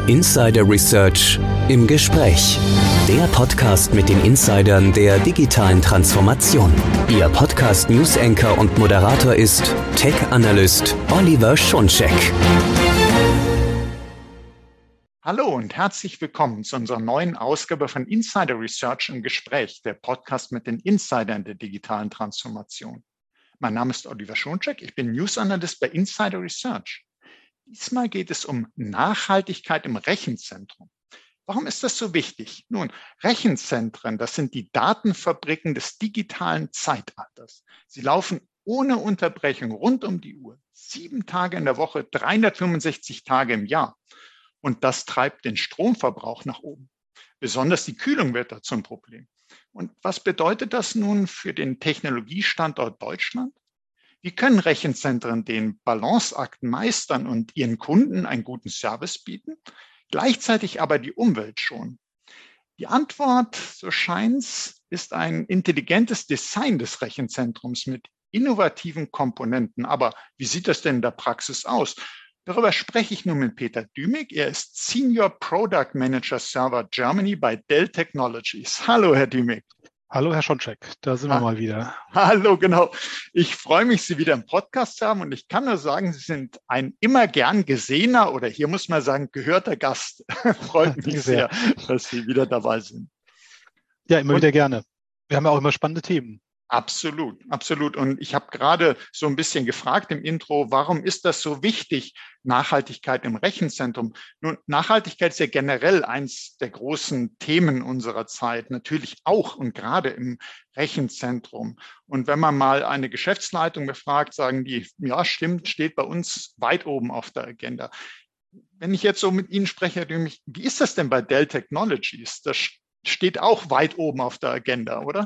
Insider Research im Gespräch. Der Podcast mit den Insidern der digitalen Transformation. Ihr Podcast News Anchor und Moderator ist Tech-Analyst Oliver Schoncheck. Hallo und herzlich willkommen zu unserer neuen Ausgabe von Insider Research im Gespräch, der Podcast mit den Insidern der digitalen Transformation. Mein Name ist Oliver Schoncheck, ich bin News Analyst bei Insider Research. Diesmal geht es um Nachhaltigkeit im Rechenzentrum. Warum ist das so wichtig? Nun, Rechenzentren, das sind die Datenfabriken des digitalen Zeitalters. Sie laufen ohne Unterbrechung rund um die Uhr, 7 Tage in der Woche, 365 Tage im Jahr. Und das treibt den Stromverbrauch nach oben. Besonders die Kühlung wird da zum Problem. Und was bedeutet das nun für den Technologiestandort Deutschland? Wie können Rechenzentren den Balanceakt meistern und ihren Kunden einen guten Service bieten, gleichzeitig aber die Umwelt schonen? Die Antwort, so scheint's, ist ein intelligentes Design des Rechenzentrums mit innovativen Komponenten. Aber wie sieht das denn in der Praxis aus? Darüber spreche ich nun mit Peter Dümig. Er ist Senior Product Manager Server Germany bei Dell Technologies. Hallo, Herr Dümig. Hallo, Herr Schoncheck, da sind wir mal wieder. Hallo, genau. Ich freue mich, Sie wieder im Podcast zu haben und ich kann nur sagen, Sie sind ein immer gern gesehener oder hier muss man sagen, gehörter Gast. Freut mich sehr, dass Sie wieder dabei sind. Ja, immer wieder gerne. Wir haben ja auch immer spannende Themen. Absolut, absolut. Und ich habe gerade so ein bisschen gefragt im Intro, warum ist das so wichtig, Nachhaltigkeit im Rechenzentrum? Nun, Nachhaltigkeit ist ja generell eins der großen Themen unserer Zeit, natürlich auch und gerade im Rechenzentrum. Und wenn man mal eine Geschäftsleitung befragt, sagen die, ja, stimmt, steht bei uns weit oben auf der Agenda. Wenn ich jetzt so mit Ihnen spreche, wie ist das denn bei Dell Technologies? Das steht auch weit oben auf der Agenda, oder?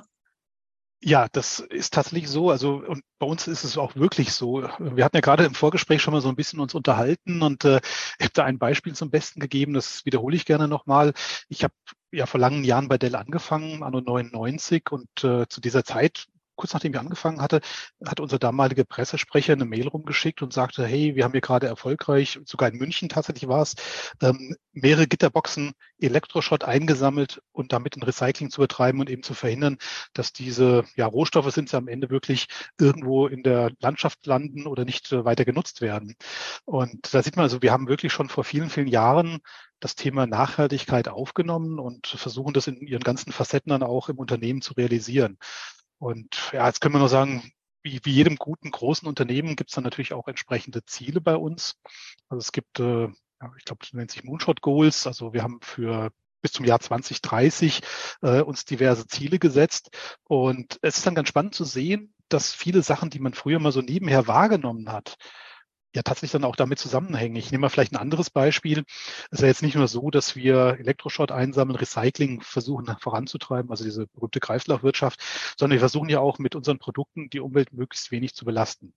Ja, das ist tatsächlich so. Also und bei uns ist es auch wirklich so. Wir hatten ja gerade im Vorgespräch schon mal so ein bisschen uns unterhalten und ich habe da ein Beispiel zum Besten gegeben. Das wiederhole ich gerne nochmal. Ich habe ja vor langen Jahren bei Dell angefangen, anno 99 und zu dieser Zeit, kurz nachdem ich angefangen hatte, hat unser damaliger Pressesprecher eine Mail rumgeschickt und sagte, hey, wir haben hier gerade erfolgreich, sogar in München tatsächlich war es, mehrere Gitterboxen Elektroschrott eingesammelt und damit ein Recycling zu betreiben und eben zu verhindern, dass diese Rohstoffe sind ja am Ende wirklich irgendwo in der Landschaft landen oder nicht weiter genutzt werden. Und da sieht man also, wir haben wirklich schon vor vielen, vielen Jahren das Thema Nachhaltigkeit aufgenommen und versuchen das in ihren ganzen Facetten dann auch im Unternehmen zu realisieren. Und ja, jetzt können wir nur sagen, wie jedem guten großen Unternehmen gibt es dann natürlich auch entsprechende Ziele bei uns. Also es gibt, ich glaube, das nennt sich Moonshot Goals. Also wir haben für bis zum Jahr 2030 uns diverse Ziele gesetzt. Und es ist dann ganz spannend zu sehen, dass viele Sachen, die man früher mal so nebenher wahrgenommen hat, ja tatsächlich dann auch damit zusammenhängen. Ich nehme mal vielleicht ein anderes Beispiel. Es ist ja jetzt nicht nur so, dass wir Elektroschrott einsammeln, Recycling versuchen voranzutreiben, also diese berühmte Kreislaufwirtschaft, sondern wir versuchen ja auch mit unseren Produkten die Umwelt möglichst wenig zu belasten.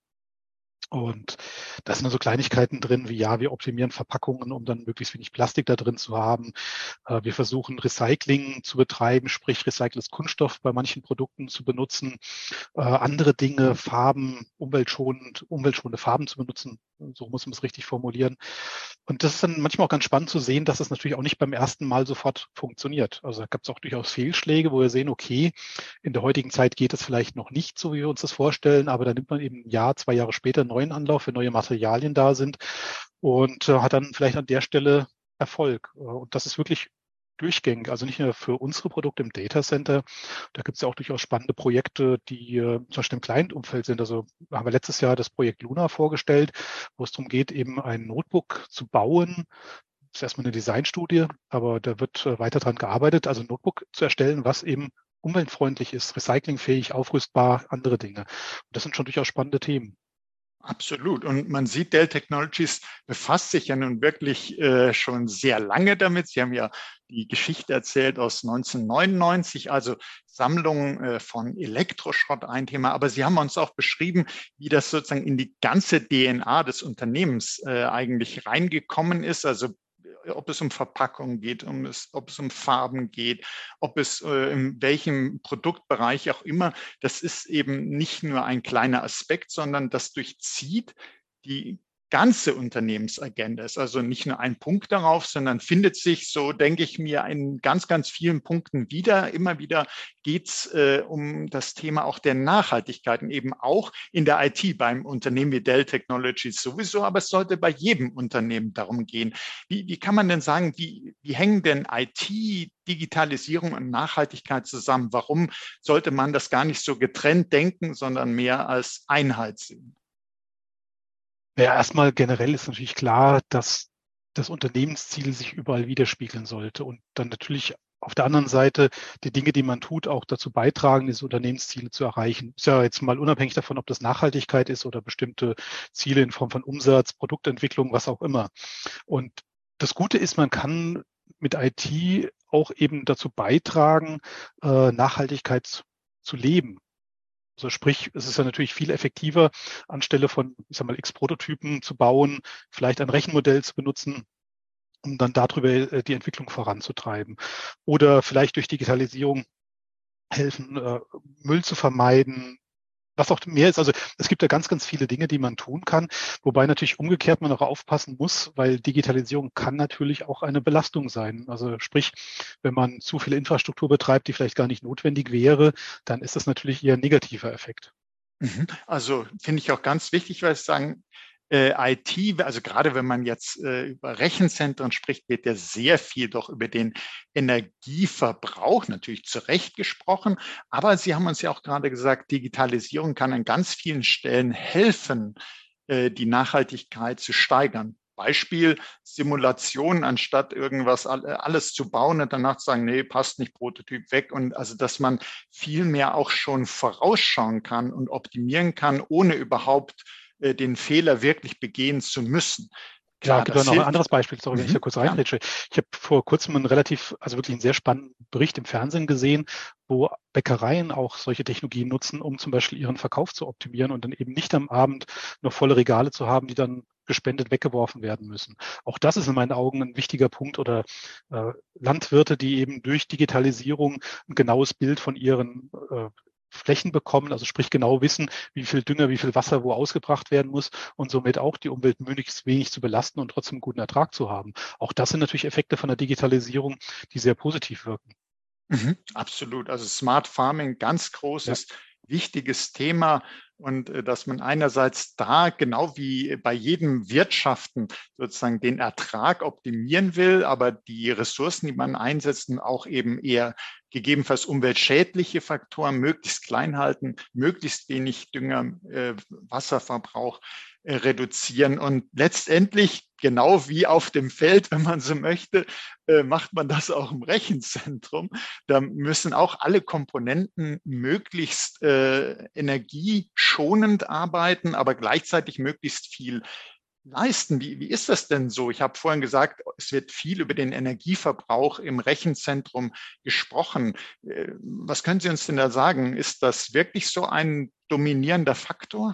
Und da sind so Kleinigkeiten drin, wie wir optimieren Verpackungen, um dann möglichst wenig Plastik da drin zu haben. Wir versuchen Recycling zu betreiben, sprich recyceltes Kunststoff bei manchen Produkten zu benutzen. Andere Dinge, Farben, umweltschonende Farben zu benutzen. So muss man es richtig formulieren. Und das ist dann manchmal auch ganz spannend zu sehen, dass es natürlich auch nicht beim ersten Mal sofort funktioniert. Also da gibt es auch durchaus Fehlschläge, wo wir sehen, okay, in der heutigen Zeit geht es vielleicht noch nicht so, wie wir uns das vorstellen, aber da nimmt man eben ein Jahr, 2 Jahre später einen neuen Anlauf, wenn neue Materialien da sind und hat dann vielleicht an der Stelle Erfolg. Und das ist wirklich durchgängig, also nicht nur für unsere Produkte im Datacenter. Da gibt es ja auch durchaus spannende Projekte, die zum Beispiel im Client-Umfeld sind. Also haben wir letztes Jahr das Projekt Luna vorgestellt, wo es darum geht, eben ein Notebook zu bauen. Das ist erstmal eine Designstudie, aber da wird weiter dran gearbeitet, also ein Notebook zu erstellen, was eben umweltfreundlich ist, recyclingfähig, aufrüstbar, andere Dinge. Und das sind schon durchaus spannende Themen. Absolut. Und man sieht, Dell Technologies befasst sich ja nun wirklich schon sehr lange damit. Sie haben ja die Geschichte erzählt aus 1999, also Sammlung von Elektroschrott ein Thema. Aber Sie haben uns auch beschrieben, wie das sozusagen in die ganze DNA des Unternehmens eigentlich reingekommen ist. Also ob es um Verpackungen geht, ob es um Farben geht, ob es in welchem Produktbereich auch immer. Das ist eben nicht nur ein kleiner Aspekt, sondern das durchzieht die ganze Unternehmensagenda ist. Also nicht nur ein Punkt darauf, sondern findet sich, so denke ich mir, in ganz, ganz vielen Punkten wieder. Immer wieder geht es um das Thema auch der Nachhaltigkeit und eben auch in der IT beim Unternehmen wie Dell Technologies sowieso, aber es sollte bei jedem Unternehmen darum gehen. Wie kann man denn sagen, wie hängen denn IT, Digitalisierung und Nachhaltigkeit zusammen? Warum sollte man das gar nicht so getrennt denken, sondern mehr als Einheit sehen? Ja, erstmal generell ist natürlich klar, dass das Unternehmensziel sich überall widerspiegeln sollte und dann natürlich auf der anderen Seite die Dinge, die man tut, auch dazu beitragen, diese Unternehmensziele zu erreichen. Ist ja jetzt mal unabhängig davon, ob das Nachhaltigkeit ist oder bestimmte Ziele in Form von Umsatz, Produktentwicklung, was auch immer. Und das Gute ist, man kann mit IT auch eben dazu beitragen, Nachhaltigkeit zu leben. Also sprich, es ist ja natürlich viel effektiver, anstelle von, ich sag mal, X-Prototypen zu bauen, vielleicht ein Rechenmodell zu benutzen, um dann darüber die Entwicklung voranzutreiben. Oder vielleicht durch Digitalisierung helfen, Müll zu vermeiden, was auch mehr ist. Also es gibt ja ganz, ganz viele Dinge, die man tun kann, wobei natürlich umgekehrt man auch aufpassen muss, weil Digitalisierung kann natürlich auch eine Belastung sein. Also sprich, wenn man zu viel Infrastruktur betreibt, die vielleicht gar nicht notwendig wäre, dann ist das natürlich eher ein negativer Effekt. Also finde ich auch ganz wichtig, weil ich sagen, IT, also gerade wenn man jetzt über Rechenzentren spricht, wird ja sehr viel doch über den Energieverbrauch natürlich zu Recht gesprochen. Aber Sie haben uns ja auch gerade gesagt, Digitalisierung kann an ganz vielen Stellen helfen, die Nachhaltigkeit zu steigern. Beispiel Simulation, anstatt irgendwas alles zu bauen und danach zu sagen, nee, passt nicht, Prototyp weg. Und also, dass man viel mehr auch schon vorausschauen kann und optimieren kann, ohne überhaupt den Fehler wirklich begehen zu müssen. Ja, Klar, gibt da das noch ein hilft. anderes Beispiel, sorry, wenn ich da kurz Ja. reinretsche. Ich habe vor kurzem also wirklich einen sehr spannenden Bericht im Fernsehen gesehen, wo Bäckereien auch solche Technologien nutzen, um zum Beispiel ihren Verkauf zu optimieren und dann eben nicht am Abend noch volle Regale zu haben, die dann gespendet weggeworfen werden müssen. Auch das ist in meinen Augen ein wichtiger Punkt oder Landwirte, die eben durch Digitalisierung ein genaues Bild von ihren Flächen bekommen, also sprich genau wissen, wie viel Dünger, wie viel Wasser wo ausgebracht werden muss und somit auch die Umwelt möglichst wenig zu belasten und trotzdem einen guten Ertrag zu haben. Auch das sind natürlich Effekte von der Digitalisierung, die sehr positiv wirken. Absolut. Also Smart Farming, ganz Ja. großes, wichtiges Thema. Und dass man einerseits da, genau wie bei jedem Wirtschaften, sozusagen den Ertrag optimieren will, aber die Ressourcen, die man einsetzt, auch eben eher gegebenenfalls umweltschädliche Faktoren möglichst klein halten, möglichst wenig Dünger, Wasserverbrauch reduzieren. Und letztendlich, genau wie auf dem Feld, wenn man so möchte, macht man das auch im Rechenzentrum. Da müssen auch alle Komponenten möglichst energieschonend arbeiten, aber gleichzeitig möglichst viel leisten. Wie ist das denn so? Ich habe vorhin gesagt, es wird viel über den Energieverbrauch im Rechenzentrum gesprochen. Was können Sie uns denn da sagen? Ist das wirklich so ein dominierender Faktor?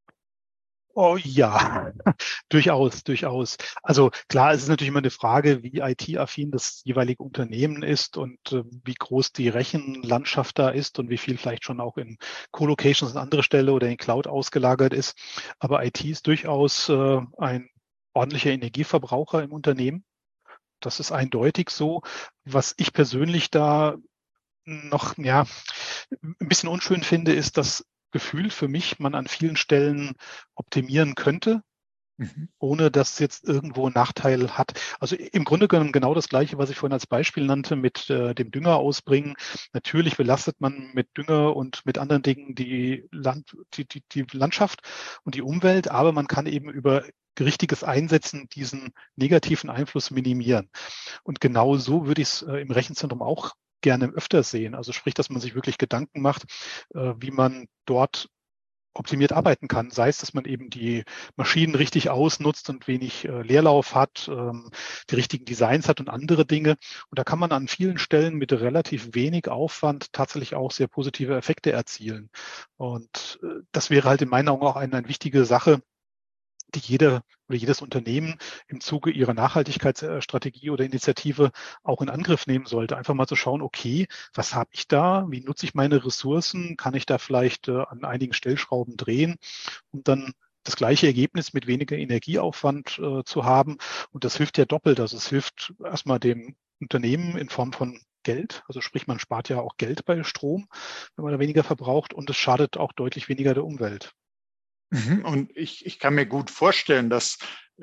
Oh ja, durchaus, durchaus. Also klar, es ist natürlich immer eine Frage, wie IT-affin das jeweilige Unternehmen ist und wie groß die Rechenlandschaft da ist und wie viel vielleicht schon auch in Co-Locations an andere Stelle oder in Cloud ausgelagert ist. Aber IT ist durchaus ein ordentlicher Energieverbraucher im Unternehmen. Das ist eindeutig so. Was ich persönlich da noch ein bisschen unschön finde, ist das Gefühl für mich, man an vielen Stellen optimieren könnte, ohne dass es jetzt irgendwo einen Nachteil hat. Also im Grunde genommen genau das Gleiche, was ich vorhin als Beispiel nannte mit dem Dünger ausbringen. Natürlich belastet man mit Dünger und mit anderen Dingen die Landschaft und die Umwelt, aber man kann eben über richtiges Einsetzen diesen negativen Einfluss minimieren. Und genau so würde ich es im Rechenzentrum auch gerne öfter sehen. Also sprich, dass man sich wirklich Gedanken macht, wie man dort optimiert arbeiten kann. Sei es, dass man eben die Maschinen richtig ausnutzt und wenig Leerlauf hat, die richtigen Designs hat und andere Dinge. Und da kann man an vielen Stellen mit relativ wenig Aufwand tatsächlich auch sehr positive Effekte erzielen. Und das wäre halt in meinen Augen auch eine wichtige Sache, die jeder oder jedes Unternehmen im Zuge ihrer Nachhaltigkeitsstrategie oder Initiative auch in Angriff nehmen sollte. Einfach mal zu schauen, okay, was habe ich da? Wie nutze ich meine Ressourcen? Kann ich da vielleicht an einigen Stellschrauben drehen, um dann das gleiche Ergebnis mit weniger Energieaufwand zu haben. Und das hilft ja doppelt. Also es hilft erstmal dem Unternehmen in Form von Geld. Also sprich, man spart ja auch Geld bei Strom, wenn man da weniger verbraucht. Und es schadet auch deutlich weniger der Umwelt. Und ich kann mir gut vorstellen, dass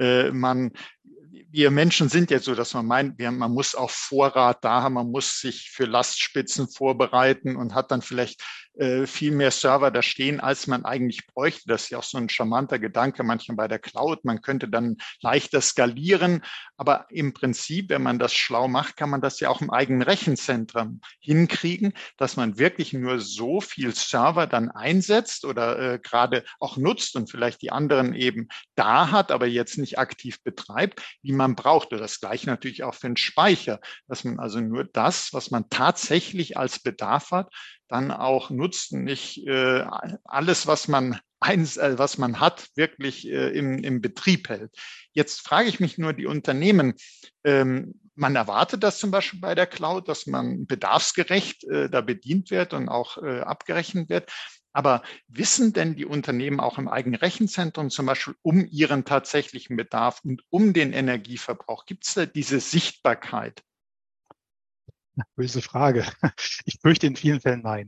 wir Menschen sind ja so, dass man meint, man muss auch Vorrat da haben, man muss sich für Lastspitzen vorbereiten und hat dann vielleicht viel mehr Server da stehen, als man eigentlich bräuchte. Das ist ja auch so ein charmanter Gedanke manchmal bei der Cloud. Man könnte dann leichter skalieren, aber im Prinzip, wenn man das schlau macht, kann man das ja auch im eigenen Rechenzentrum hinkriegen, dass man wirklich nur so viel Server dann einsetzt oder gerade auch nutzt und vielleicht die anderen eben da hat, aber jetzt nicht aktiv betreibt, wie man braucht. Oder das Gleiche natürlich auch für den Speicher, dass man also nur das, was man tatsächlich als Bedarf hat, dann auch nutzt, nicht alles, was man hat, wirklich im Betrieb hält. Jetzt frage ich mich nur, die Unternehmen, man erwartet das zum Beispiel bei der Cloud, dass man bedarfsgerecht da bedient wird und auch abgerechnet wird. Aber wissen denn die Unternehmen auch im eigenen Rechenzentrum zum Beispiel um ihren tatsächlichen Bedarf und um den Energieverbrauch? Gibt es da diese Sichtbarkeit? Böse Frage. Ich fürchte in vielen Fällen nein.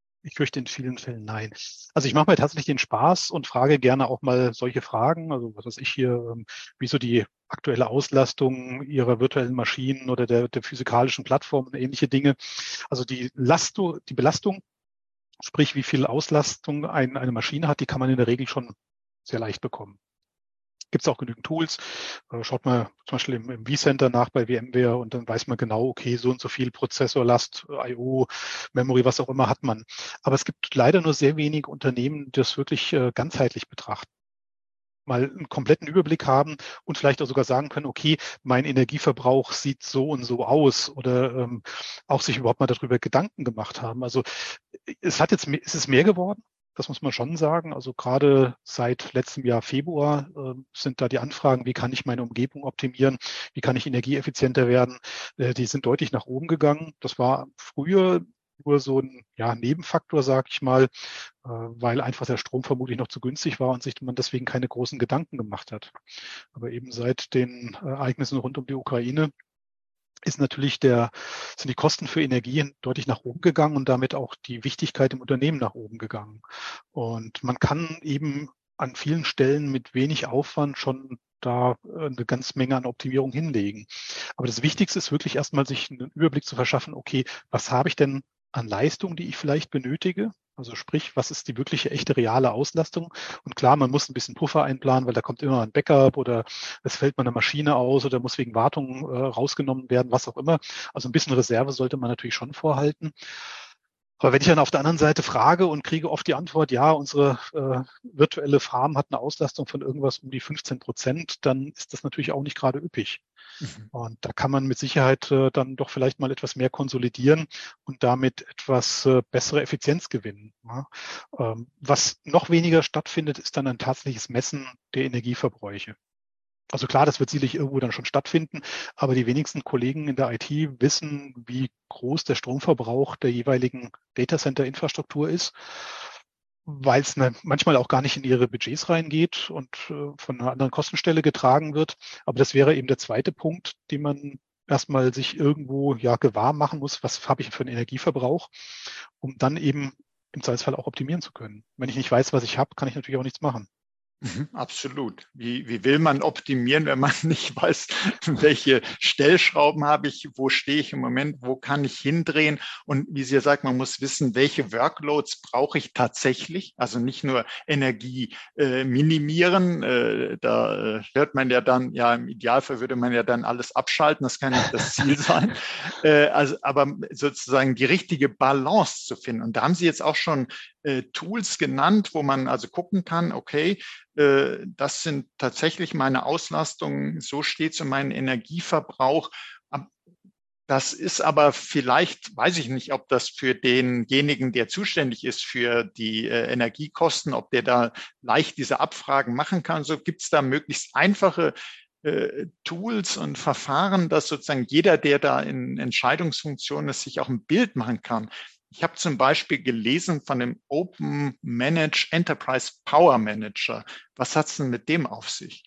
Also ich mache mir tatsächlich den Spaß und frage gerne auch mal solche Fragen. Also was weiß ich hier, wie so die aktuelle Auslastung Ihrer virtuellen Maschinen oder der physikalischen Plattform und ähnliche Dinge. Also die Belastung, sprich wie viel Auslastung eine Maschine hat, die kann man in der Regel schon sehr leicht bekommen. Gibt es auch genügend Tools. Schaut mal zum Beispiel im vCenter nach bei VMware und dann weiß man genau, okay, so und so viel Prozessorlast, I/O, Memory, was auch immer hat man. Aber es gibt leider nur sehr wenige Unternehmen, die das wirklich ganzheitlich betrachten. Mal einen kompletten Überblick haben und vielleicht auch sogar sagen können, okay, mein Energieverbrauch sieht so und so aus oder auch sich überhaupt mal darüber Gedanken gemacht haben. Also es ist mehr geworden. Das muss man schon sagen. Also gerade seit letztem Jahr Februar sind da die Anfragen, wie kann ich meine Umgebung optimieren, wie kann ich energieeffizienter werden, die sind deutlich nach oben gegangen. Das war früher nur so ein Nebenfaktor, sage ich mal, weil einfach der Strom vermutlich noch zu günstig war und sich man deswegen keine großen Gedanken gemacht hat. Aber eben seit den Ereignissen rund um die Ukraine sind die Kosten für Energie deutlich nach oben gegangen und damit auch die Wichtigkeit im Unternehmen nach oben gegangen. Und man kann eben an vielen Stellen mit wenig Aufwand schon da eine ganze Menge an Optimierung hinlegen. Aber das Wichtigste ist wirklich erstmal, sich einen Überblick zu verschaffen, okay, was habe ich denn an Leistung, die ich vielleicht benötige? Also sprich, was ist die wirkliche, echte, reale Auslastung? Und klar, man muss ein bisschen Puffer einplanen, weil da kommt immer ein Backup oder es fällt mal eine Maschine aus oder muss wegen Wartung rausgenommen werden, was auch immer. Also ein bisschen Reserve sollte man natürlich schon vorhalten. Aber wenn ich dann auf der anderen Seite frage und kriege oft die Antwort, ja, unsere virtuelle Farm hat eine Auslastung von irgendwas um die 15%, dann ist das natürlich auch nicht gerade üppig. Mhm. Und da kann man mit Sicherheit dann doch vielleicht mal etwas mehr konsolidieren und damit etwas bessere Effizienz gewinnen. Ja. Was noch weniger stattfindet, ist dann ein tatsächliches Messen der Energieverbräuche. Also klar, das wird sicherlich irgendwo dann schon stattfinden, aber die wenigsten Kollegen in der IT wissen, wie groß der Stromverbrauch der jeweiligen Datacenter-Infrastruktur ist, weil es manchmal auch gar nicht in ihre Budgets reingeht und von einer anderen Kostenstelle getragen wird. Aber das wäre eben der zweite Punkt, den man erstmal sich irgendwo gewahr machen muss, was habe ich für einen Energieverbrauch, um dann eben im Zweifelsfall auch optimieren zu können. Wenn ich nicht weiß, was ich habe, kann ich natürlich auch nichts machen. Absolut. Wie will man optimieren, wenn man nicht weiß, welche Stellschrauben habe ich, wo stehe ich im Moment, wo kann ich hindrehen? Und wie Sie ja sagt, man muss wissen, welche Workloads brauche ich tatsächlich? Also nicht nur Energie minimieren. Da hört man ja dann, im Idealfall würde man ja dann alles abschalten. Das kann nicht das Ziel sein. Aber sozusagen die richtige Balance zu finden. Und da haben Sie jetzt auch schon Tools genannt, wo man also gucken kann, okay, das sind tatsächlich meine Auslastungen, so steht es um meinen Energieverbrauch. Das ist aber vielleicht, weiß ich nicht, ob das für denjenigen, der zuständig ist für die Energiekosten, ob der da leicht diese Abfragen machen kann. So gibt es da möglichst einfache Tools und Verfahren, dass sozusagen jeder, der da in Entscheidungsfunktionen ist, sich auch ein Bild machen kann. Ich habe zum Beispiel gelesen von dem Open Manage Enterprise Power Manager. Was hat es denn mit dem auf sich?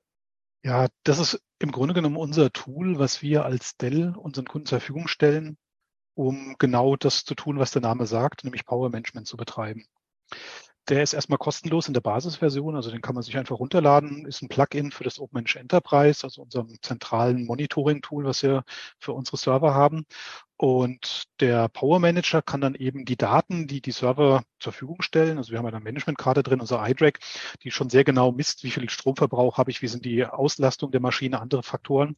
Ja, das ist im Grunde genommen unser Tool, was wir als Dell unseren Kunden zur Verfügung stellen, um genau das zu tun, was der Name sagt, nämlich Power Management zu betreiben. Der ist erstmal kostenlos in der Basisversion, also den kann man sich einfach runterladen, ist ein Plugin für das OpenManage Enterprise, also unserem zentralen Monitoring-Tool, was wir für unsere Server haben. Und der Power Manager kann dann eben die Daten, die die Server zur Verfügung stellen, also wir haben eine Managementkarte drin, unser iDRAC, die schon sehr genau misst, wie viel Stromverbrauch habe ich, wie sind die Auslastung der Maschine, andere Faktoren.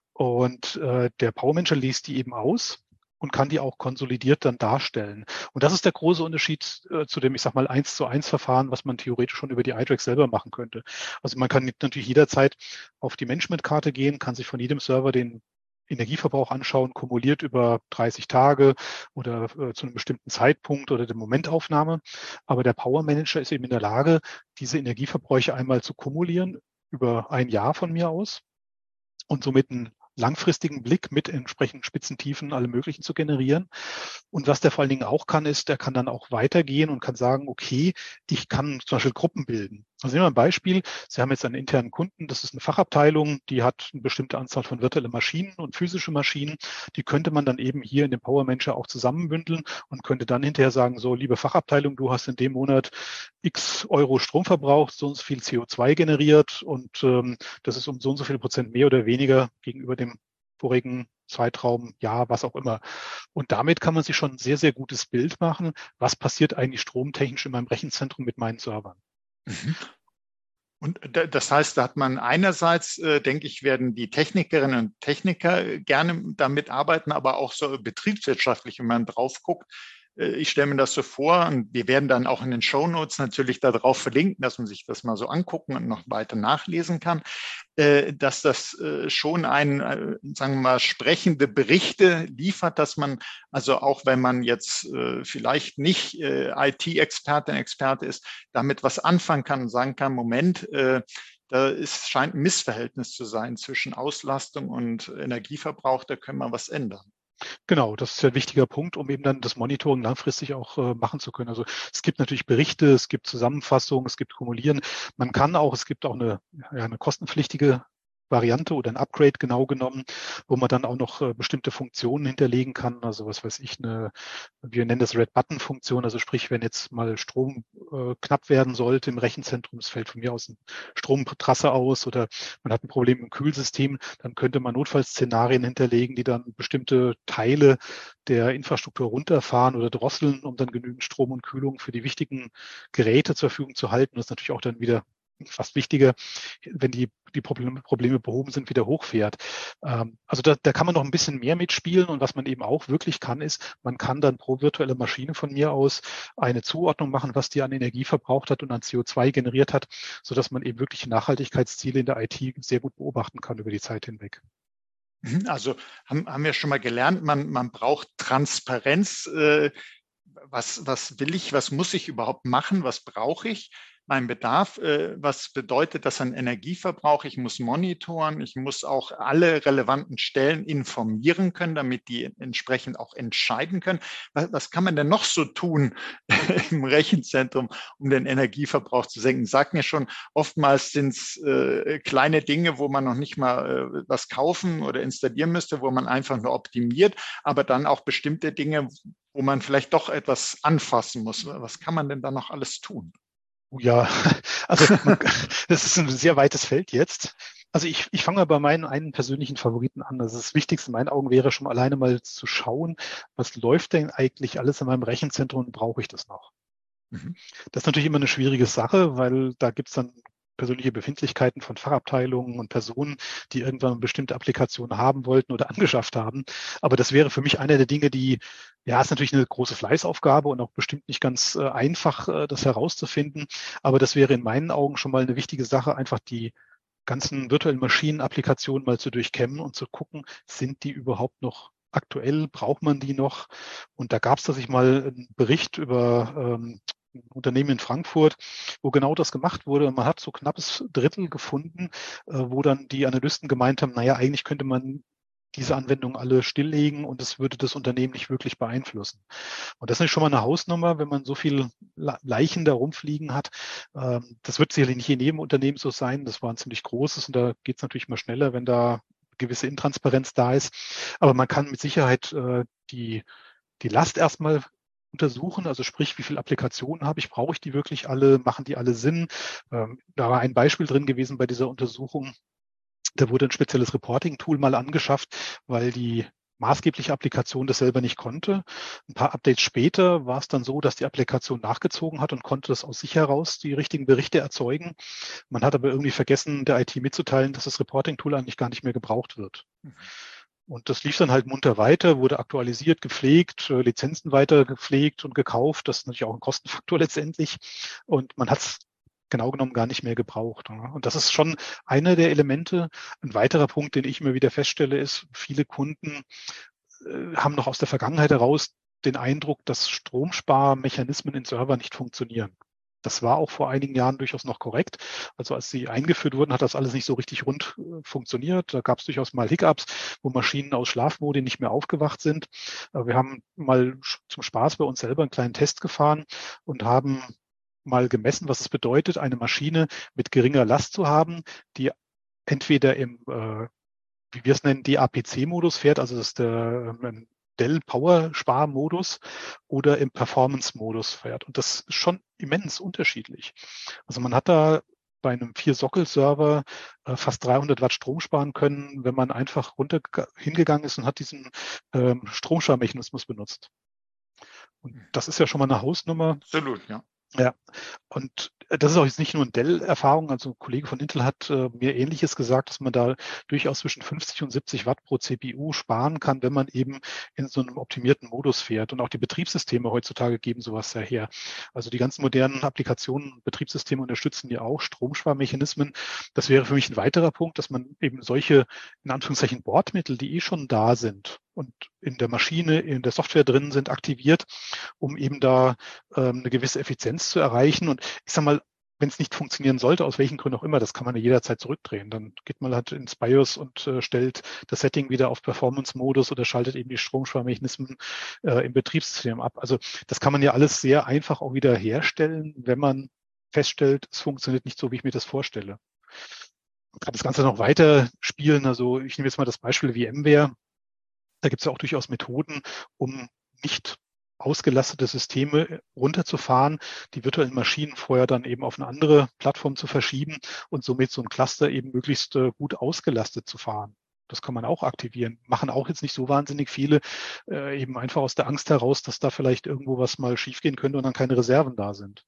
Und der Power Manager liest die eben aus und kann die auch konsolidiert dann darstellen. Und das ist der große Unterschied zu dem, ich sag mal, 1:1 Verfahren, was man theoretisch schon über die iDRAC selber machen könnte. Also man kann natürlich jederzeit auf die Managementkarte gehen, kann sich von jedem Server den Energieverbrauch anschauen, kumuliert über 30 Tage oder zu einem bestimmten Zeitpunkt oder der Momentaufnahme. Aber der Power Manager ist eben in der Lage, diese Energieverbräuche einmal zu kumulieren über ein Jahr von mir aus und somit einen langfristigen Blick mit entsprechenden Spitzentiefen, alle möglichen zu generieren. Und was der vor allen Dingen auch kann, ist, der kann dann auch weitergehen und kann sagen, okay, ich kann zum Beispiel Gruppen bilden. Also nehmen wir ein Beispiel. Sie haben jetzt einen internen Kunden, das ist eine Fachabteilung, die hat eine bestimmte Anzahl von virtuellen Maschinen und physische Maschinen. Die könnte man dann eben hier in dem Power Manager auch zusammenbündeln und könnte dann hinterher sagen, so, liebe Fachabteilung, du hast in dem Monat x Euro Strom verbraucht, so und so viel CO2 generiert und das ist um so und so viel Prozent mehr oder weniger gegenüber dem vorigen Zeitraum, ja, was auch immer. Und damit kann man sich schon ein sehr, sehr gutes Bild machen, was passiert eigentlich stromtechnisch in meinem Rechenzentrum mit meinen Servern. Mhm. Und das heißt, da hat man einerseits, denke ich, werden die Technikerinnen und Techniker gerne damit arbeiten, aber auch so betriebswirtschaftlich, wenn man drauf guckt. Ich stelle mir das so vor und wir werden dann auch in den Shownotes natürlich darauf verlinken, dass man sich das mal so angucken und noch weiter nachlesen kann, dass das schon sagen wir mal, sprechende Berichte liefert, dass man also auch wenn man jetzt vielleicht nicht IT-Expertin, Experte ist, damit was anfangen kann und sagen kann, Moment, scheint ein Missverhältnis zu sein zwischen Auslastung und Energieverbrauch, da können wir was ändern. Genau, das ist ja ein wichtiger Punkt, um eben dann das Monitoring langfristig auch machen zu können. Also es gibt natürlich Berichte, es gibt Zusammenfassungen, es gibt Kumulieren. Man kann auch, es gibt auch eine kostenpflichtige Variante oder ein Upgrade genau genommen, wo man dann auch noch bestimmte Funktionen hinterlegen kann. Also was weiß ich, wir nennen das Red-Button-Funktion. Also sprich, wenn jetzt mal Strom knapp werden sollte im Rechenzentrum, es fällt von mir aus eine Stromtrasse aus oder man hat ein Problem im Kühlsystem, dann könnte man Notfallszenarien hinterlegen, die dann bestimmte Teile der Infrastruktur runterfahren oder drosseln, um dann genügend Strom und Kühlung für die wichtigen Geräte zur Verfügung zu halten. Das ist natürlich auch dann wieder fast wichtiger, wenn die Probleme behoben sind, wieder hochfährt. Also da kann man noch ein bisschen mehr mitspielen und was man eben auch wirklich kann, ist, man kann dann pro virtuelle Maschine von mir aus eine Zuordnung machen, was die an Energie verbraucht hat und an CO2 generiert hat, sodass man eben wirklich Nachhaltigkeitsziele in der IT sehr gut beobachten kann über die Zeit hinweg. Also haben wir schon mal gelernt, man braucht Transparenz. Was will ich, was muss ich überhaupt machen, was brauche ich? Mein Bedarf, was bedeutet das an Energieverbrauch? Ich muss monitoren, ich muss auch alle relevanten Stellen informieren können, damit die entsprechend auch entscheiden können. Was kann man denn noch so tun im Rechenzentrum, um den Energieverbrauch zu senken? Sag mir schon, oftmals sind es kleine Dinge, wo man noch nicht mal was kaufen oder installieren müsste, wo man einfach nur optimiert, aber dann auch bestimmte Dinge, wo man vielleicht doch etwas anfassen muss. Was kann man denn da noch alles tun? Ja, also das ist ein sehr weites Feld jetzt. Also ich fange mal bei meinen einen persönlichen Favoriten an. Also das Wichtigste in meinen Augen wäre schon alleine mal zu schauen, was läuft denn eigentlich alles in meinem Rechenzentrum und brauche ich das noch? Mhm. Das ist natürlich immer eine schwierige Sache, weil da gibt es dann persönliche Befindlichkeiten von Fachabteilungen und Personen, die irgendwann eine bestimmte Applikation haben wollten oder angeschafft haben. Aber das wäre für mich einer der Dinge, ja, ist natürlich eine große Fleißaufgabe und auch bestimmt nicht ganz einfach, das herauszufinden. Aber das wäre in meinen Augen schon mal eine wichtige Sache, einfach die ganzen virtuellen Maschinen-Applikationen mal zu durchkämmen und zu gucken, sind die überhaupt noch aktuell, braucht man die noch? Und da gab es tatsächlich mal einen Bericht über ein Unternehmen in Frankfurt, wo genau das gemacht wurde. Und man hat so knappes Drittel gefunden, wo dann die Analysten gemeint haben, naja, eigentlich könnte man diese Anwendungen alle stilllegen und es würde das Unternehmen nicht wirklich beeinflussen. Und das ist schon mal eine Hausnummer, wenn man so viel Leichen da rumfliegen hat. Das wird sicherlich nicht in jedem Unternehmen so sein. Das war ein ziemlich großes und da geht es natürlich mal schneller, wenn da gewisse Intransparenz da ist. Aber man kann mit Sicherheit die Last erstmal untersuchen, also sprich, wie viele Applikationen habe ich, brauche ich die wirklich alle, machen die alle Sinn? Da war ein Beispiel drin gewesen bei dieser Untersuchung. Da wurde ein spezielles Reporting-Tool mal angeschafft, weil die maßgebliche Applikation das selber nicht konnte. Ein paar Updates später war es dann so, dass die Applikation nachgezogen hat und konnte das aus sich heraus die richtigen Berichte erzeugen. Man hat aber irgendwie vergessen, der IT mitzuteilen, dass das Reporting-Tool eigentlich gar nicht mehr gebraucht wird. Und das lief dann halt munter weiter, wurde aktualisiert, gepflegt, Lizenzen weiter gepflegt und gekauft. Das ist natürlich auch ein Kostenfaktor letztendlich. Und man hat es genau genommen gar nicht mehr gebraucht. Und das ist schon einer der Elemente. Ein weiterer Punkt, den ich immer wieder feststelle, ist, viele Kunden haben noch aus der Vergangenheit heraus den Eindruck, dass Stromsparmechanismen in Server nicht funktionieren. Das war auch vor einigen Jahren durchaus noch korrekt. Also als sie eingeführt wurden, hat das alles nicht so richtig rund funktioniert. Da gab es durchaus mal Hiccups, wo Maschinen aus Schlafmodi nicht mehr aufgewacht sind. Wir haben mal zum Spaß bei uns selber einen kleinen Test gefahren und haben mal gemessen, was es bedeutet, eine Maschine mit geringer Last zu haben, die entweder im, wie wir es nennen, DAPC-Modus fährt, also das ist der Dell Power-Spar-Modus oder im Performance-Modus fährt. Und das ist schon immens unterschiedlich. Also man hat da bei einem 4-Sockel-Server fast 300 Watt Strom sparen können, wenn man einfach hingegangen ist und hat diesen Stromsparmechanismus benutzt. Und das ist ja schon mal eine Hausnummer. Absolut, ja. Ja, und das ist auch jetzt nicht nur eine Dell-Erfahrung. Also ein Kollege von Intel hat mir Ähnliches gesagt, dass man da durchaus zwischen 50 und 70 Watt pro CPU sparen kann, wenn man eben in so einem optimierten Modus fährt. Und auch die Betriebssysteme heutzutage geben sowas ja her. Also die ganzen modernen Applikationen und Betriebssysteme unterstützen ja auch Stromsparmechanismen. Das wäre für mich ein weiterer Punkt, dass man eben solche, in Anführungszeichen, Bordmittel, die schon da sind und in der Maschine, in der Software drin sind, aktiviert, um eben da eine gewisse Effizienz zu erreichen. Und ich sage mal, wenn es nicht funktionieren sollte, aus welchen Gründen auch immer, das kann man ja jederzeit zurückdrehen. Dann geht man halt ins BIOS und stellt das Setting wieder auf Performance-Modus oder schaltet eben die Stromsparmechanismen im Betriebssystem ab. Also das kann man ja alles sehr einfach auch wieder herstellen, wenn man feststellt, es funktioniert nicht so, wie ich mir das vorstelle. Man kann das Ganze noch weiter spielen. Also ich nehme jetzt mal das Beispiel VMware. Da gibt es ja auch durchaus Methoden, um nicht ausgelastete Systeme runterzufahren, die virtuellen Maschinen vorher dann eben auf eine andere Plattform zu verschieben und somit so ein Cluster eben möglichst gut ausgelastet zu fahren. Das kann man auch aktivieren. Machen auch jetzt nicht so wahnsinnig viele, eben einfach aus der Angst heraus, dass da vielleicht irgendwo was mal schiefgehen könnte und dann keine Reserven da sind.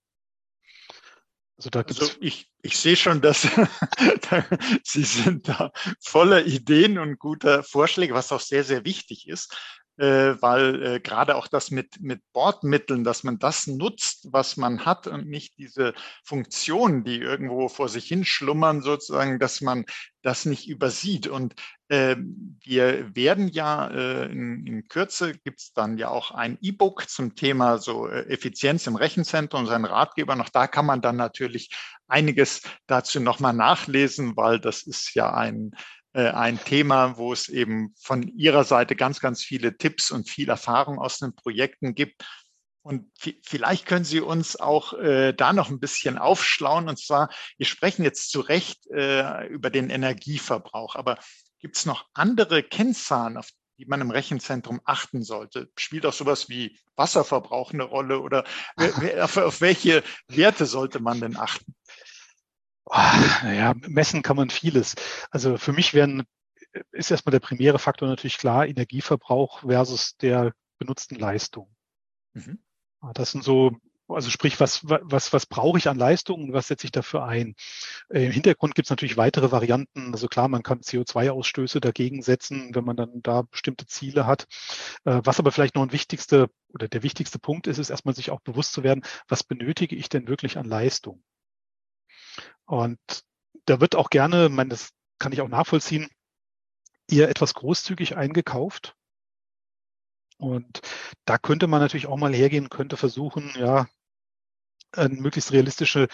Also ich sehe schon, dass Sie sind da voller Ideen und guter Vorschläge, was auch sehr, sehr wichtig ist, weil gerade auch das mit Bordmitteln, dass man das nutzt, was man hat und nicht diese Funktionen, die irgendwo vor sich hin schlummern, sozusagen, dass man das nicht übersieht. Und wir werden ja in Kürze gibt es dann ja auch ein E-Book zum Thema so Effizienz im Rechenzentrum, sein Ratgeber. Noch da kann man dann natürlich einiges dazu nochmal nachlesen, weil das ist ja ein Thema, wo es eben von Ihrer Seite ganz, ganz viele Tipps und viel Erfahrung aus den Projekten gibt. Und vielleicht können Sie uns auch da noch ein bisschen aufschlauen. Und zwar, wir sprechen jetzt zu Recht über den Energieverbrauch, aber gibt es noch andere Kennzahlen, auf die man im Rechenzentrum achten sollte? Spielt auch sowas wie Wasserverbrauch eine Rolle oder auf welche Werte sollte man denn achten? Naja, messen kann man vieles. Also für mich ist erstmal der primäre Faktor natürlich klar, Energieverbrauch versus der benutzten Leistung. Mhm. Das sind so, also sprich, was brauche ich an Leistung und was setze ich dafür ein? Im Hintergrund gibt es natürlich weitere Varianten. Also klar, man kann CO2-Ausstöße dagegen setzen, wenn man dann da bestimmte Ziele hat. Was aber vielleicht noch der wichtigste Punkt ist erstmal sich auch bewusst zu werden, was benötige ich denn wirklich an Leistung? Und da wird auch gerne, das kann ich auch nachvollziehen, eher etwas großzügig eingekauft. Und da könnte man natürlich auch mal hergehen, könnte versuchen, ja, ein möglichst realistisches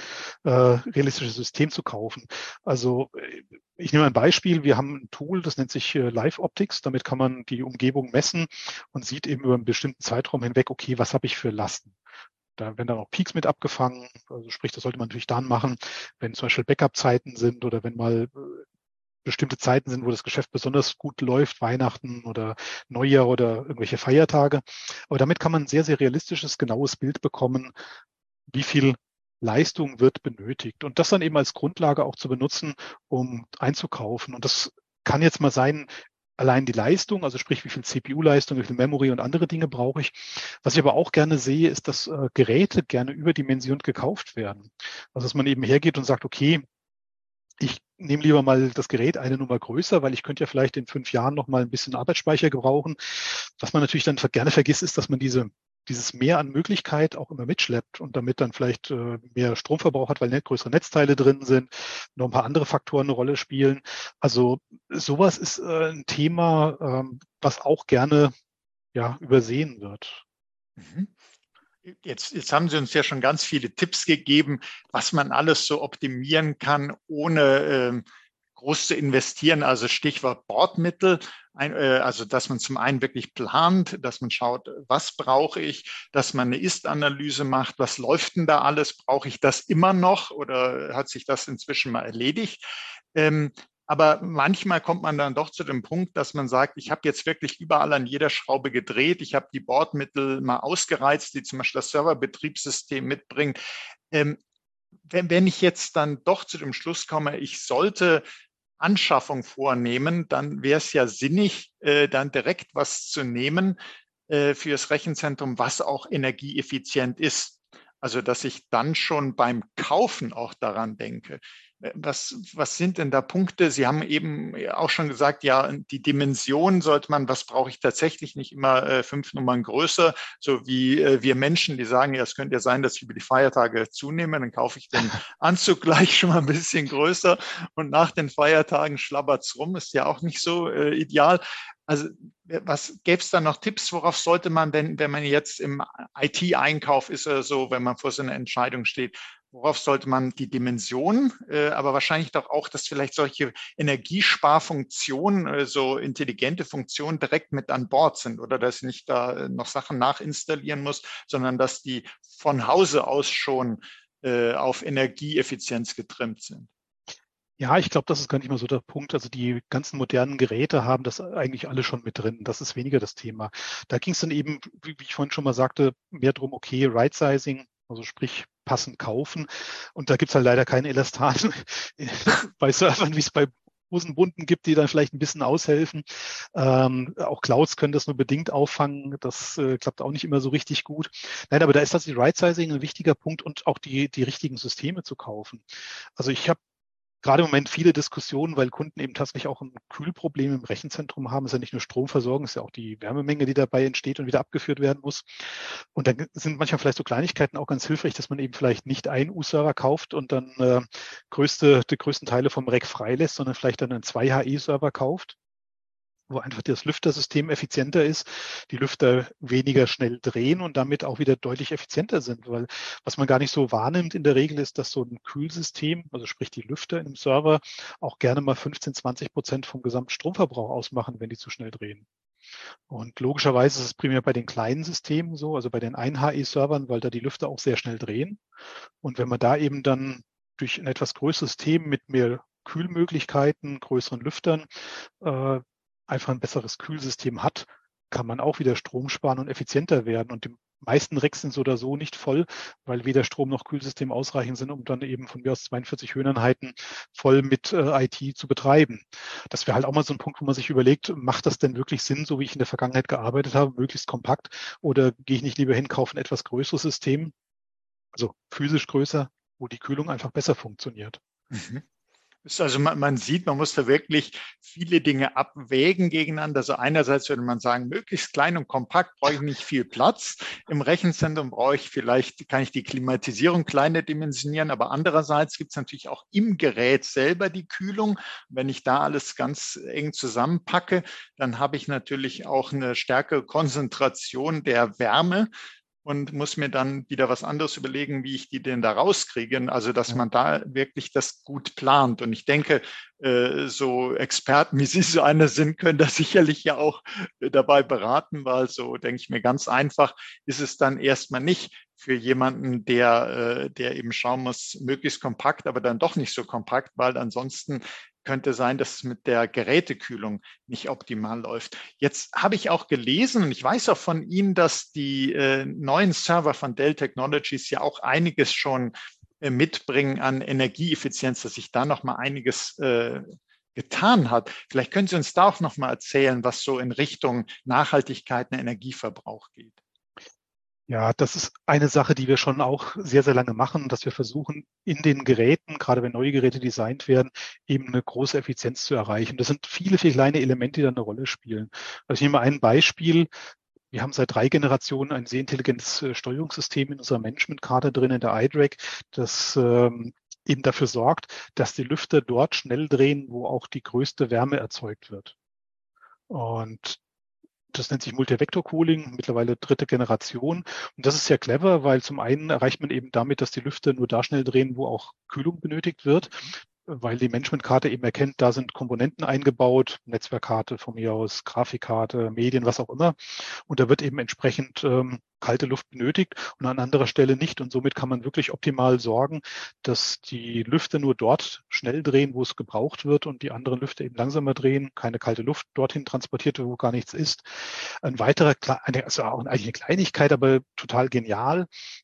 System zu kaufen. Also ich nehme ein Beispiel. Wir haben ein Tool, das nennt sich Live Optics. Damit kann man die Umgebung messen und sieht eben über einen bestimmten Zeitraum hinweg, okay, was habe ich für Lasten? Da werden dann auch Peaks mit abgefangen. Also sprich, das sollte man natürlich dann machen, wenn zum Beispiel Backup-Zeiten sind oder wenn mal bestimmte Zeiten sind, wo das Geschäft besonders gut läuft, Weihnachten oder Neujahr oder irgendwelche Feiertage. Aber damit kann man ein sehr, sehr realistisches, genaues Bild bekommen, wie viel Leistung wird benötigt. Und das dann eben als Grundlage auch zu benutzen, um einzukaufen. Und das kann jetzt mal sein, allein die Leistung, also sprich, wie viel CPU-Leistung, wie viel Memory und andere Dinge brauche ich. Was ich aber auch gerne sehe, ist, dass Geräte gerne überdimensioniert gekauft werden. Also dass man eben hergeht und sagt, okay, ich nehme lieber mal das Gerät eine Nummer größer, weil ich könnte ja vielleicht in 5 Jahren noch mal ein bisschen Arbeitsspeicher gebrauchen. Was man natürlich dann gerne vergisst, ist, dass man dieses Mehr an Möglichkeit auch immer mitschleppt und damit dann vielleicht mehr Stromverbrauch hat, weil größere Netzteile drin sind, noch ein paar andere Faktoren eine Rolle spielen. Also sowas ist ein Thema, was auch gerne übersehen wird. Mhm. Jetzt haben Sie uns ja schon ganz viele Tipps gegeben, was man alles so optimieren kann, ohne groß zu investieren. Also Stichwort Bordmittel, also dass man zum einen wirklich plant, dass man schaut, was brauche ich, dass man eine Ist-Analyse macht, was läuft denn da alles, brauche ich das immer noch oder hat sich das inzwischen mal erledigt? Aber manchmal kommt man dann doch zu dem Punkt, dass man sagt, ich habe jetzt wirklich überall an jeder Schraube gedreht, ich habe die Bordmittel mal ausgereizt, die zum Beispiel das Serverbetriebssystem mitbringen. Wenn ich jetzt dann doch zu dem Schluss komme, ich sollte Anschaffung vornehmen, dann wäre es ja sinnig, dann direkt was zu nehmen für das Rechenzentrum, was auch energieeffizient ist. Also dass ich dann schon beim Kaufen auch daran denke. Was sind denn da Punkte? Sie haben eben auch schon gesagt, ja, die Dimension sollte man, was brauche ich tatsächlich, nicht immer 5 Nummern größer, so wie wir Menschen, die sagen, ja, es könnte ja sein, dass ich über die Feiertage zunehme, dann kaufe ich den Anzug gleich schon mal ein bisschen größer und nach den Feiertagen schlabbert's rum, ist ja auch nicht so ideal. Also was gäbe es da noch Tipps, worauf sollte man denn, wenn man jetzt im IT-Einkauf ist oder so, wenn man vor so einer Entscheidung steht, worauf sollte man die Dimension, aber wahrscheinlich doch auch, dass vielleicht solche Energiesparfunktionen, so intelligente Funktionen direkt mit an Bord sind oder dass ich nicht da noch Sachen nachinstallieren muss, sondern dass die von Hause aus schon auf Energieeffizienz getrimmt sind. Ja, ich glaube, das ist gar nicht mal so der Punkt. Also die ganzen modernen Geräte haben das eigentlich alle schon mit drin. Das ist weniger das Thema. Da ging es dann eben, wie ich vorhin schon mal sagte, mehr drum, okay, Right-Sizing, also sprich passend kaufen. Und da gibt's halt leider keinen Elastan bei Servern, wie es bei Hosenbunden gibt, die dann vielleicht ein bisschen aushelfen. Auch Clouds können das nur bedingt auffangen. Das klappt auch nicht immer so richtig gut. Nein, aber da ist tatsächlich Right-Sizing ein wichtiger Punkt und auch die richtigen Systeme zu kaufen. Also ich habe gerade im Moment viele Diskussionen, weil Kunden eben tatsächlich auch ein Kühlproblem im Rechenzentrum haben. Es ist ja nicht nur Stromversorgung, es ist ja auch die Wärmemenge, die dabei entsteht und wieder abgeführt werden muss. Und dann sind manchmal vielleicht so Kleinigkeiten auch ganz hilfreich, dass man eben vielleicht nicht einen U-Server kauft und dann die größten Teile vom Rack freilässt, sondern vielleicht dann einen 2 HE-Server kauft, wo einfach das Lüftersystem effizienter ist, die Lüfter weniger schnell drehen und damit auch wieder deutlich effizienter sind. Weil was man gar nicht so wahrnimmt in der Regel ist, dass so ein Kühlsystem, also sprich die Lüfter in einem Server, auch gerne mal 15-20% vom Gesamtstromverbrauch ausmachen, wenn die zu schnell drehen. Und logischerweise ist es primär bei den kleinen Systemen so, also bei den 1 HE-Servern, weil da die Lüfter auch sehr schnell drehen. Und wenn man da eben dann durch ein etwas größeres System mit mehr Kühlmöglichkeiten, größeren Lüftern, einfach ein besseres Kühlsystem hat, kann man auch wieder Strom sparen und effizienter werden. Und die meisten Racks sind so oder so nicht voll, weil weder Strom noch Kühlsystem ausreichend sind, um dann eben von mir aus 42 Höheneinheiten voll mit IT zu betreiben. Das wäre halt auch mal so ein Punkt, wo man sich überlegt, macht das denn wirklich Sinn, so wie ich in der Vergangenheit gearbeitet habe, möglichst kompakt, oder gehe ich nicht lieber hin, kaufe ein etwas größeres System, also physisch größer, wo die Kühlung einfach besser funktioniert. Mhm. Also man sieht, man muss da wirklich viele Dinge abwägen gegeneinander. Also einerseits würde man sagen, möglichst klein und kompakt, brauche ich nicht viel Platz. Im Rechenzentrum kann ich die Klimatisierung kleiner dimensionieren, aber andererseits gibt es natürlich auch im Gerät selber die Kühlung. Wenn ich da alles ganz eng zusammenpacke, dann habe ich natürlich auch eine stärkere Konzentration der Wärme. und muss mir dann wieder was anderes überlegen, wie ich die denn da rauskriege. Also, dass man da wirklich das gut plant. Und ich denke, so Experten, wie Sie so einer sind, können da sicherlich ja auch dabei beraten, weil so, denke ich mir, ganz einfach ist es dann erstmal nicht für jemanden, der eben schauen muss, möglichst kompakt, aber dann doch nicht so kompakt, weil ansonsten könnte sein, dass es mit der Gerätekühlung nicht optimal läuft. Jetzt habe ich auch gelesen und ich weiß auch von Ihnen, dass die neuen Server von Dell Technologies ja auch einiges schon mitbringen an Energieeffizienz, dass sich da noch mal einiges getan hat. Vielleicht können Sie uns da auch noch mal erzählen, was so in Richtung Nachhaltigkeit und Energieverbrauch geht. Ja, das ist eine Sache, die wir schon auch sehr, sehr lange machen, dass wir versuchen, in den Geräten, gerade wenn neue Geräte designt werden, eben eine große Effizienz zu erreichen. Das sind viele, viele kleine Elemente, die da eine Rolle spielen. Also ich nehme mal ein Beispiel. Wir haben seit 3 Generationen ein sehr intelligentes Steuerungssystem in unserer Managementkarte drin, in der iDRAC, das eben dafür sorgt, dass die Lüfter dort schnell drehen, wo auch die größte Wärme erzeugt wird. Und das nennt sich Multivector-Cooling, mittlerweile 3. Generation. Und das ist sehr clever, weil zum einen erreicht man eben damit, dass die Lüfter nur da schnell drehen, wo auch Kühlung benötigt wird, weil die Managementkarte eben erkennt, da sind Komponenten eingebaut, Netzwerkkarte von mir aus, Grafikkarte, Medien, was auch immer. Und da wird eben entsprechend kalte Luft benötigt und an anderer Stelle nicht. Und somit kann man wirklich optimal sorgen, dass die Lüfter nur dort schnell drehen, wo es gebraucht wird und die anderen Lüfter eben langsamer drehen, keine kalte Luft dorthin transportiert wird, wo gar nichts ist. Ein weiterer, also auch eigentlich eine Kleinigkeit, aber total genial.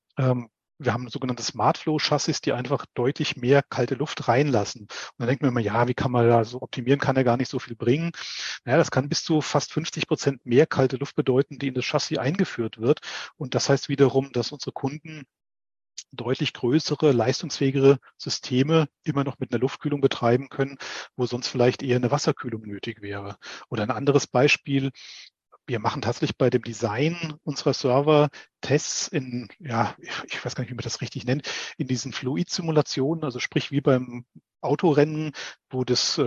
Wir haben sogenannte Smart Flow Chassis, die einfach deutlich mehr kalte Luft reinlassen. Und dann denkt man immer, ja, wie kann man da so optimieren, kann ja gar nicht so viel bringen. Naja, das kann bis zu fast 50% mehr kalte Luft bedeuten, die in das Chassis eingeführt wird. Und das heißt wiederum, dass unsere Kunden deutlich größere, leistungsfähigere Systeme immer noch mit einer Luftkühlung betreiben können, wo sonst vielleicht eher eine Wasserkühlung nötig wäre. Oder ein anderes Beispiel, wir machen tatsächlich bei dem Design unserer Server Tests in, ja, ich weiß gar nicht, wie man das richtig nennt, in diesen Fluid-Simulationen, also sprich wie beim Autorennen, wo das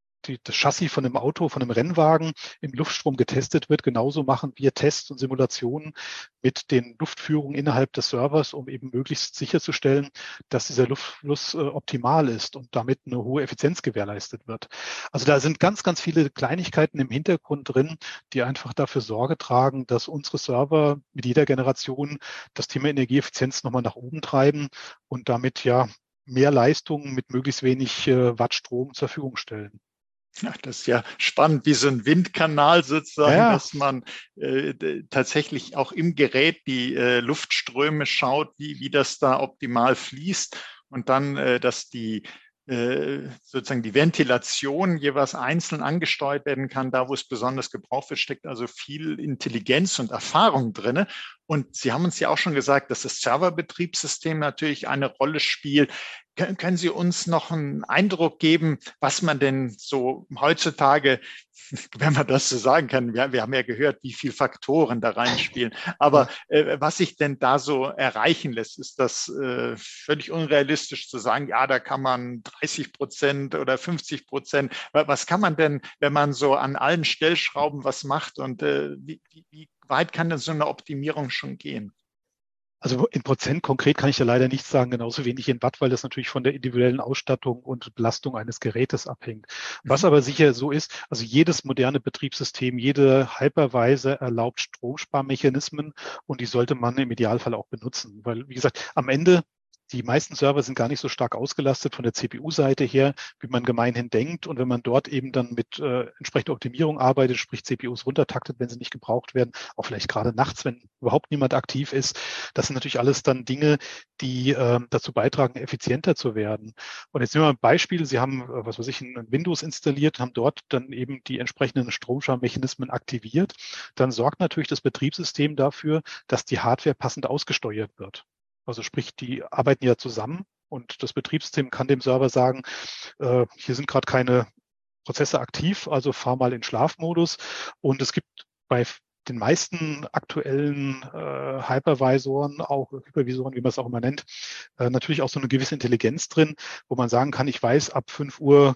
Chassis von einem Auto, von einem Rennwagen im Luftstrom getestet wird. Genauso machen wir Tests und Simulationen mit den Luftführungen innerhalb des Servers, um eben möglichst sicherzustellen, dass dieser Luftfluss optimal ist und damit eine hohe Effizienz gewährleistet wird. Also da sind ganz, ganz viele Kleinigkeiten im Hintergrund drin, die einfach dafür Sorge tragen, dass unsere Server mit jeder Generation das Thema Energieeffizienz nochmal nach oben treiben und damit ja mehr Leistung mit möglichst wenig Watt Strom zur Verfügung stellen. Ja, das ist ja spannend, wie so ein Windkanal sozusagen, Ja. dass man tatsächlich auch im Gerät die Luftströme schaut, wie das da optimal fließt und dann, dass die sozusagen die Ventilation jeweils einzeln angesteuert werden kann, da wo es besonders gebraucht wird, steckt also viel Intelligenz und Erfahrung drin. Und Sie haben uns ja auch schon gesagt, dass das Serverbetriebssystem natürlich eine Rolle spielt. Können Sie uns noch einen Eindruck geben, was man denn so heutzutage, wenn man das so sagen kann, wir haben ja gehört, wie viele Faktoren da reinspielen, aber was sich denn da so erreichen lässt, ist das völlig unrealistisch zu sagen, ja, da kann man 30% oder 50%, was kann man denn, wenn man so an allen Stellschrauben was macht und wie weit kann denn so eine Optimierung schon gehen? Also in Prozent konkret kann ich da leider nichts sagen, genauso wenig in Watt, weil das natürlich von der individuellen Ausstattung und Belastung eines Gerätes abhängt. Was aber sicher so ist, also jedes moderne Betriebssystem, jede Hypervisor erlaubt Stromsparmechanismen und die sollte man im Idealfall auch benutzen, weil, wie gesagt, am Ende die meisten Server sind gar nicht so stark ausgelastet von der CPU-Seite her, wie man gemeinhin denkt. Und wenn man dort eben dann mit entsprechender Optimierung arbeitet, sprich CPUs runtertaktet, wenn sie nicht gebraucht werden, auch vielleicht gerade nachts, wenn überhaupt niemand aktiv ist, das sind natürlich alles dann Dinge, die dazu beitragen, effizienter zu werden. Und jetzt nehmen wir ein Beispiel. Sie haben, was weiß ich, ein Windows installiert, haben dort dann eben die entsprechenden Stromsparmechanismen aktiviert. Dann sorgt natürlich das Betriebssystem dafür, dass die Hardware passend ausgesteuert wird. Also sprich, die arbeiten ja zusammen und das Betriebssystem kann dem Server sagen, hier sind gerade keine Prozesse aktiv, also fahr mal in Schlafmodus. Und es gibt bei den meisten aktuellen Hypervisoren, auch Hypervisoren, wie man es auch immer nennt, natürlich auch so eine gewisse Intelligenz drin, wo man sagen kann, ich weiß, ab 5 Uhr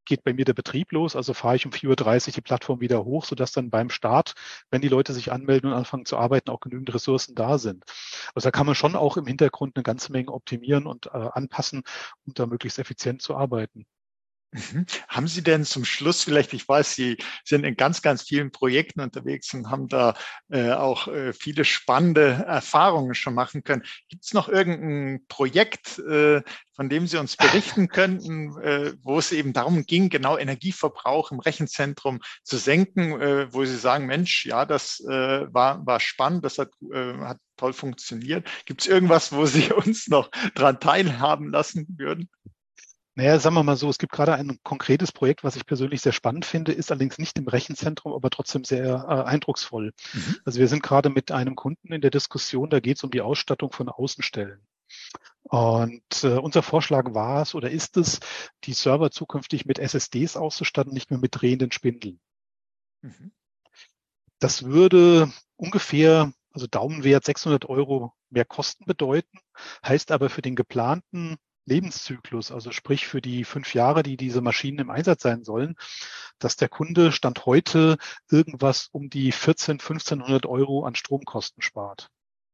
geht bei mir der Betrieb los, also fahre ich um 4:30 Uhr die Plattform wieder hoch, sodass dann beim Start, wenn die Leute sich anmelden und anfangen zu arbeiten, auch genügend Ressourcen da sind. Also da kann man schon auch im Hintergrund eine ganze Menge optimieren und anpassen, um da möglichst effizient zu arbeiten. Mhm. Haben Sie denn zum Schluss vielleicht, ich weiß, Sie sind in ganz, ganz vielen Projekten unterwegs und haben da auch viele spannende Erfahrungen schon machen können. Gibt es noch irgendein Projekt, von dem Sie uns berichten könnten, wo es eben darum ging, genau Energieverbrauch im Rechenzentrum zu senken, wo Sie sagen, Mensch, ja, das war spannend, das hat toll funktioniert. Gibt es irgendwas, wo Sie uns noch dran teilhaben lassen würden? Naja, sagen wir mal so, es gibt gerade ein konkretes Projekt, was ich persönlich sehr spannend finde, ist allerdings nicht im Rechenzentrum, aber trotzdem sehr eindrucksvoll. Mhm. Also wir sind gerade mit einem Kunden in der Diskussion, da geht es um die Ausstattung von Außenstellen. Und unser Vorschlag war es oder ist es, die Server zukünftig mit SSDs auszustatten, nicht mehr mit drehenden Spindeln. Mhm. Das würde ungefähr, also Daumenwert 600 € mehr Kosten bedeuten, heißt aber für den geplanten Lebenszyklus, also sprich für die 5 Jahre, die diese Maschinen im Einsatz sein sollen, dass der Kunde Stand heute irgendwas um die 1.500 € an Stromkosten spart.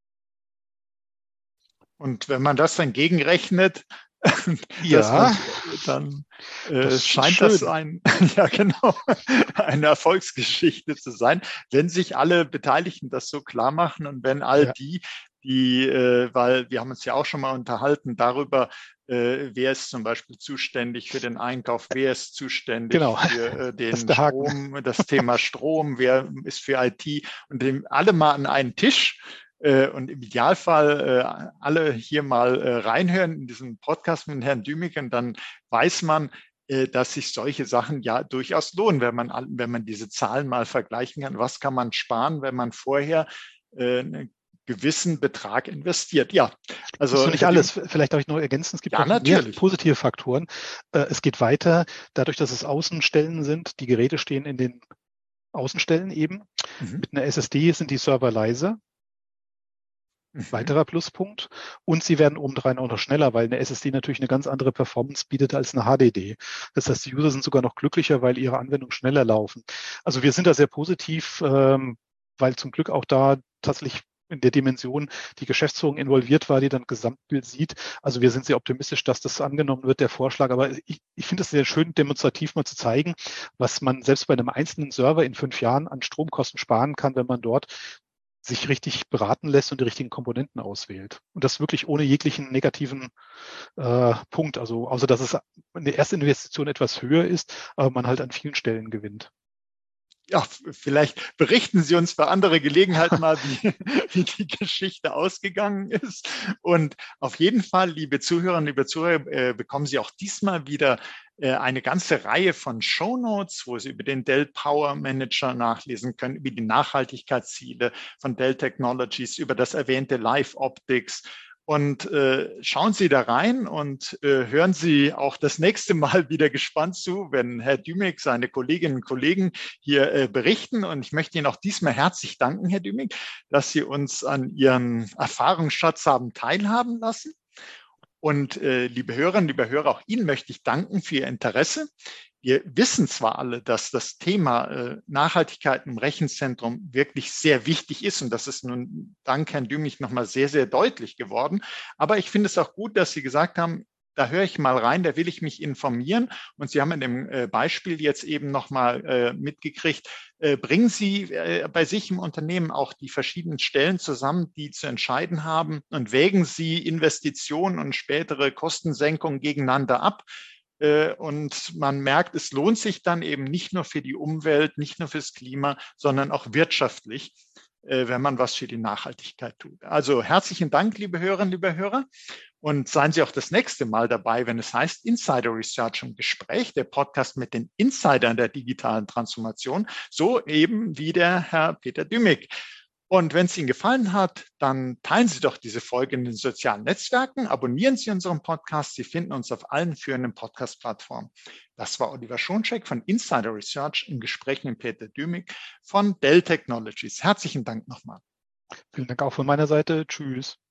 Und wenn man das dann gegenrechnet, dass man, Ja, dann das ist scheint das schön. ja genau, eine Erfolgsgeschichte zu sein, wenn sich alle Beteiligten das so klar machen und wenn all Ja, weil wir haben uns ja auch schon mal unterhalten darüber, wer ist zum Beispiel zuständig für den Einkauf, wer ist zuständig genau. für Das ist den der Haken. Strom, das Thema Strom, wer ist für IT und dem alle mal an einen Tisch und im Idealfall alle hier mal reinhören in diesen Podcast mit Herrn Dümig und dann weiß man, dass sich solche Sachen ja durchaus lohnen, wenn man diese Zahlen mal vergleichen kann. Was kann man sparen, wenn man vorher einen gewissen Betrag investiert? Ja, Ist also so nicht Herr Dümig, alles. Vielleicht darf ich noch ergänzen, es gibt ja, noch mehr natürlich. positive Faktoren. Es geht weiter, dadurch, dass es Außenstellen sind, die Geräte stehen in den Außenstellen eben. Mhm. Mit einer SSD sind die Server leiser, Mhm. weiterer Pluspunkt. Und sie werden obendrein auch noch schneller, weil eine SSD natürlich eine ganz andere Performance bietet als eine HDD. Das heißt, die User sind sogar noch glücklicher, weil ihre Anwendungen schneller laufen. Also wir sind da sehr positiv, weil zum Glück auch da tatsächlich in der Dimension die Geschäftsführung involviert war, die dann das Gesamtbild sieht. Also wir sind sehr optimistisch, dass das angenommen wird, der Vorschlag. Aber ich finde es sehr schön, demonstrativ mal zu zeigen, was man selbst bei einem einzelnen Server in 5 Jahren an Stromkosten sparen kann, wenn man dort sich richtig beraten lässt und die richtigen Komponenten auswählt. Und das wirklich ohne jeglichen negativen Punkt. Also außer dass es in der ersten Investition etwas höher ist, aber man halt an vielen Stellen gewinnt. Ja, vielleicht berichten Sie uns bei anderer Gelegenheit mal, wie die Geschichte ausgegangen ist. Und auf jeden Fall, liebe Zuhörerinnen, liebe Zuhörer, bekommen Sie auch diesmal wieder eine ganze Reihe von Shownotes, wo Sie über den Dell Power Manager nachlesen können, über die Nachhaltigkeitsziele von Dell Technologies, über das erwähnte Live Optics. Und schauen Sie da rein und hören Sie auch das nächste Mal wieder gespannt zu, wenn Herr Dümig seine Kolleginnen und Kollegen hier berichten. Und ich möchte Ihnen auch diesmal herzlich danken, Herr Dümig, dass Sie uns an Ihren Erfahrungsschatz haben teilhaben lassen. Und liebe Hörerinnen, liebe Hörer, auch Ihnen möchte ich danken für Ihr Interesse. Wir wissen zwar alle, dass das Thema Nachhaltigkeit im Rechenzentrum wirklich sehr wichtig ist und das ist nun dank Herrn Dümig nochmal sehr, sehr deutlich geworden. Aber ich finde es auch gut, dass Sie gesagt haben, da höre ich mal rein, da will ich mich informieren. Und Sie haben in dem Beispiel jetzt eben nochmal mitgekriegt, bringen Sie bei sich im Unternehmen auch die verschiedenen Stellen zusammen, die zu entscheiden haben und wägen Sie Investitionen und spätere Kostensenkungen gegeneinander ab. Und man merkt, es lohnt sich dann eben nicht nur für die Umwelt, nicht nur fürs Klima, sondern auch wirtschaftlich, wenn man was für die Nachhaltigkeit tut. Also herzlichen Dank, liebe Hörerinnen, liebe Hörer. Und seien Sie auch das nächste Mal dabei, wenn es heißt Insider Research im Gespräch, der Podcast mit den Insidern der digitalen Transformation, so eben wie der Herr Peter Dümig. Und wenn es Ihnen gefallen hat, dann teilen Sie doch diese Folge in den sozialen Netzwerken, abonnieren Sie unseren Podcast. Sie finden uns auf allen führenden Podcast-Plattformen. Das war Oliver Schoncheck von Insider Research im Gespräch mit Peter Dümig von Dell Technologies. Herzlichen Dank nochmal. Vielen Dank auch von meiner Seite. Tschüss.